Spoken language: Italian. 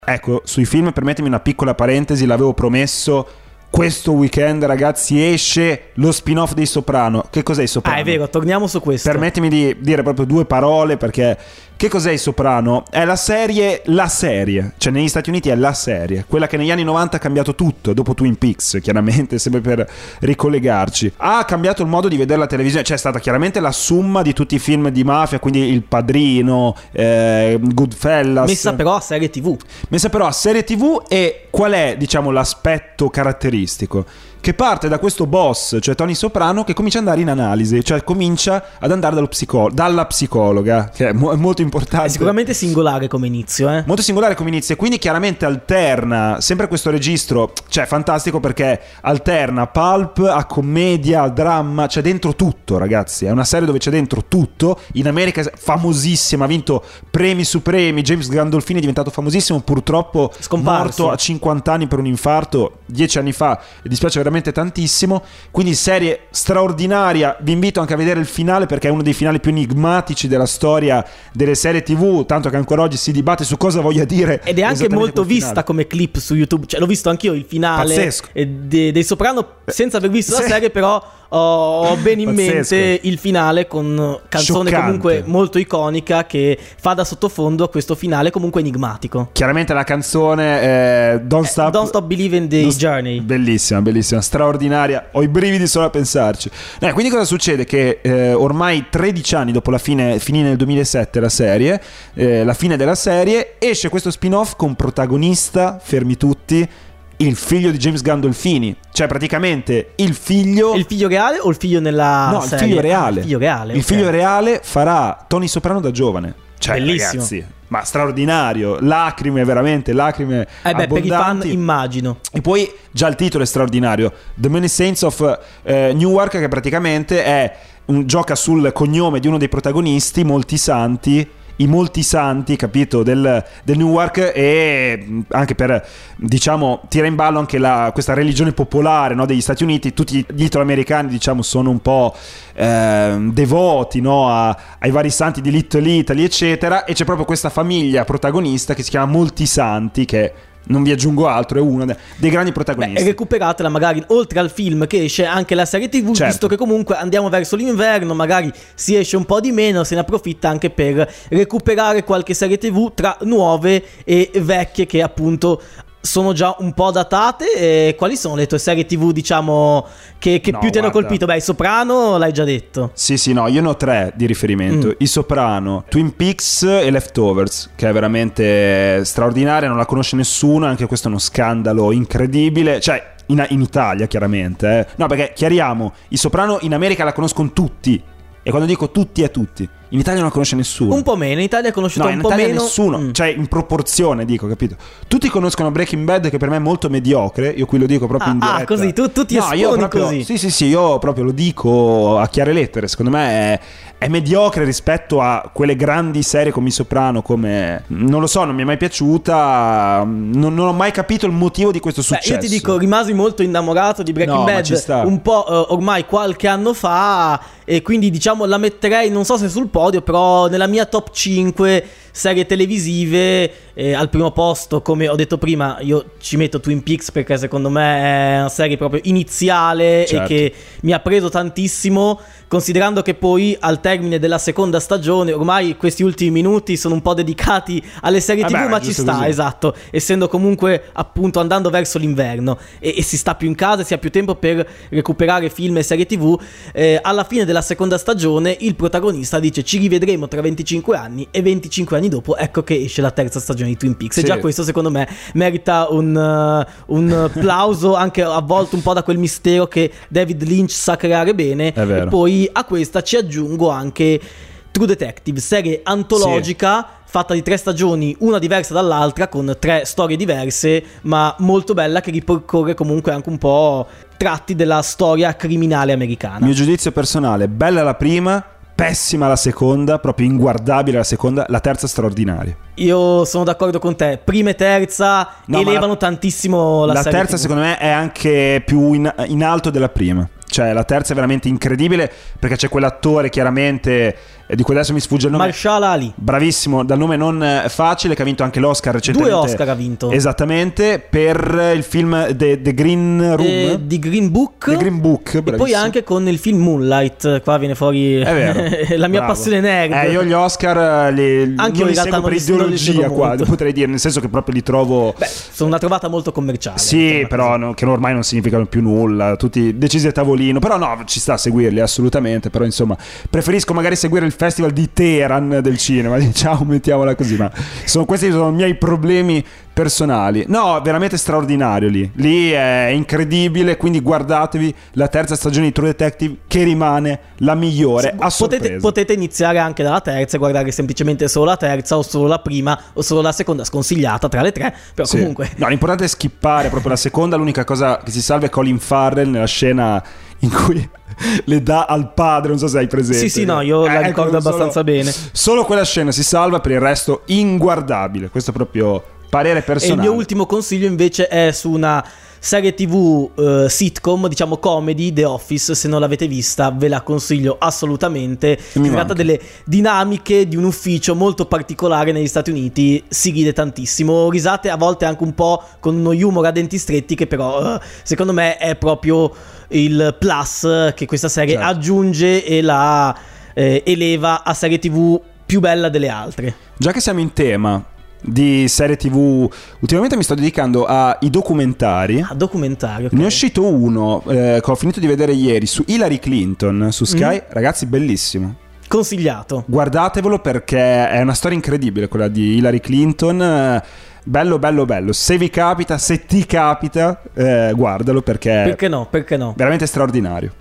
Ecco, sui film permettimi una piccola parentesi, l'avevo promesso. Questo weekend, ragazzi, esce lo spin-off dei Soprano. Che cos'è i Soprano? Ah, è vero, torniamo su questo. Permettimi di dire proprio due parole, perché che cos'è i Soprano? È la serie, cioè negli Stati Uniti è la serie, quella che negli anni 90 ha cambiato tutto, dopo Twin Peaks, chiaramente, sempre per ricollegarci. Ha cambiato il modo di vedere la televisione, cioè è stata chiaramente la summa di tutti i film di mafia, quindi Il Padrino, Goodfellas. Messa però a serie TV. Messa però a serie TV, e qual è, diciamo, l'aspetto caratteristico? Che parte da questo boss, cioè Tony Soprano, che comincia ad andare in analisi, cioè comincia ad andare dalla psicologa, che è molto importante. È sicuramente singolare come inizio, Molto singolare come inizio, e quindi chiaramente alterna sempre questo registro, cioè fantastico, perché alterna pulp a commedia, a dramma, c'è dentro tutto, ragazzi. È una serie dove c'è dentro tutto. In America è famosissima, ha vinto premi su premi. James Gandolfini è diventato famosissimo, purtroppo scomparso, morto a 50 anni per un infarto 10 anni fa, e dispiace veramente tantissimo. Quindi serie straordinaria, vi invito anche a vedere il finale, perché è uno dei finali più enigmatici della storia delle serie TV, tanto che ancora oggi si dibatte su cosa voglia dire, ed è anche molto vista come clip su YouTube, cioè l'ho visto anch'io il finale dei Soprano senza aver visto la serie, però ho ben in mente il finale, con canzone comunque molto iconica che fa da sottofondo a questo finale comunque enigmatico. Chiaramente la canzone Don't Stop Believing the Journey, bellissima, straordinaria, ho i brividi solo a pensarci. Quindi cosa succede? Che ormai 13 anni dopo la fine, finì nel 2007 la serie, la fine della serie, esce questo spin-off con protagonista, fermi tutti, il figlio di James Gandolfini, cioè praticamente il figlio reale o il figlio nella no, serie? Il figlio reale. Il figlio reale farà Tony Soprano da giovane. Cioè, bellissimo, ragazzi, ma straordinario, lacrime abbondanti. Per i fan immagino. E poi già il titolo è straordinario, The Many Saints of Newark, che praticamente è gioca sul cognome di uno dei protagonisti, i molti santi, capito, del Newark, e anche per, diciamo, tira in ballo anche questa religione popolare, no, degli Stati Uniti. Tutti gli italoamericani, diciamo, sono un po' devoti, no, ai vari santi di Little Italy, eccetera, e c'è proprio questa famiglia protagonista che si chiama Molti Santi, che non vi aggiungo altro, è uno dei grandi protagonisti. Recuperatela magari, oltre al film che esce anche la serie TV, certo, visto che comunque andiamo verso l'inverno, magari si esce un po' di meno, se ne approfitta anche per recuperare qualche serie TV tra nuove e vecchie che appunto sono già un po' datate. Quali sono le tue serie TV, diciamo, che più ti hanno colpito? Beh, Soprano l'hai già detto. Sì, no, io ne ho 3 di riferimento. I Soprano, Twin Peaks e Leftovers, che è veramente straordinaria, non la conosce nessuno, anche questo è uno scandalo incredibile, cioè in Italia chiaramente. No, perché chiariamo, i Soprano in America la conoscono tutti, e quando dico tutti è tutti. In Italia non la conosce nessuno. Un po' meno, in Italia è conosciuto un po' meno. No, in Italia nessuno, cioè in proporzione dico, capito? Tutti conoscono Breaking Bad, che per me è molto mediocre, io qui lo dico proprio in diretta. Ah, così, tu ti esponi così. Sì, io proprio lo dico a chiare lettere, secondo me è mediocre rispetto a quelle grandi serie come I Soprano, come, non lo so, non mi è mai piaciuta, non ho mai capito il motivo di questo successo. Io ti dico, rimasi molto innamorato di Breaking Bad un po' ormai qualche anno fa, e quindi diciamo la metterei, non so se sul podio, però nella mia top 5 serie televisive. Al primo posto, come ho detto prima, io ci metto Twin Peaks, perché secondo me è una serie proprio iniziale, certo, e che mi ha preso tantissimo, considerando che poi al termine della seconda stagione ormai questi ultimi minuti sono un po' dedicati alle serie TV, ma ci sta, così. Esatto, essendo comunque appunto andando verso l'inverno e si sta più in casa, si ha più tempo per recuperare film e serie TV. Alla fine della seconda stagione il protagonista dice: ci rivedremo tra 25 anni, e 25 anni dopo ecco che esce la terza stagione di Twin Peaks. Sì. E già questo secondo me merita un plauso, anche avvolto un po' da quel mistero che David Lynch sa creare bene. E poi a questa ci aggiungo anche True Detective, serie antologica, sì, fatta di 3 stagioni, una diversa dall'altra, con 3 storie diverse, ma molto bella, che ripercorre comunque anche un po' tratti della storia criminale americana. Mio giudizio personale: bella la prima, pessima la seconda, proprio inguardabile la seconda, la terza straordinaria. Io sono d'accordo con te, prima e terza elevano tantissimo la serie terza TV. Secondo me è anche più in alto della prima. Cioè la terza è veramente incredibile perché c'è quell'attore chiaramente di cui adesso mi sfugge il nome, Mahershala Ali, bravissimo, dal nome non facile, che ha vinto anche l'Oscar recentemente. 2 Oscar ha vinto. Esattamente, per il film The Green Room, The Green Book. The Green Book, e poi anche con il film Moonlight. Qua viene fuori è vero, la mia passione nerd. Io gli Oscar anche non li seguo per ideologia qua, potrei dire, nel senso che proprio li trovo sono una trovata molto commerciale. Sì, però che ormai non significano più nulla, tutti decisi a tavolino. Però no, ci sta a seguirli assolutamente. Però insomma, preferisco magari seguire il festival di Teheran del cinema, diciamo, mettiamola così. Ma questi sono i miei problemi personali. No, veramente straordinario lì è incredibile. Quindi guardatevi la terza stagione di True Detective, che rimane la migliore, a sorpresa. Potete iniziare anche dalla terza e guardare semplicemente solo la terza o solo la prima o solo la seconda, sconsigliata tra le tre. Però sì, comunque no, l'importante è skippare proprio la seconda. L'unica cosa che si salva è Colin Farrell nella scena in cui le dà al padre, non so se hai presente. Sì, no, io la ricordo abbastanza bene. Solo quella scena si salva, per il resto inguardabile. Questo è proprio parere personale. E il mio ultimo consiglio invece è su una serie TV sitcom, diciamo comedy, The Office. Se non l'avete vista ve la consiglio assolutamente. Si tratta delle dinamiche di un ufficio molto particolare negli Stati Uniti. Si ride tantissimo, risate a volte anche un po' con uno humor a denti stretti, che però secondo me è proprio il plus che questa serie aggiunge e la eleva a serie TV più bella delle altre. Già che siamo in tema di serie TV, ultimamente mi sto dedicando ai documentari. Okay. Ne è uscito uno che ho finito di vedere ieri su Hillary Clinton su Sky. Ragazzi, bellissimo, consigliato, guardatevelo perché è una storia incredibile quella di Hillary Clinton. Bello. Se vi capita, se ti capita, guardalo perché perché no? Veramente straordinario.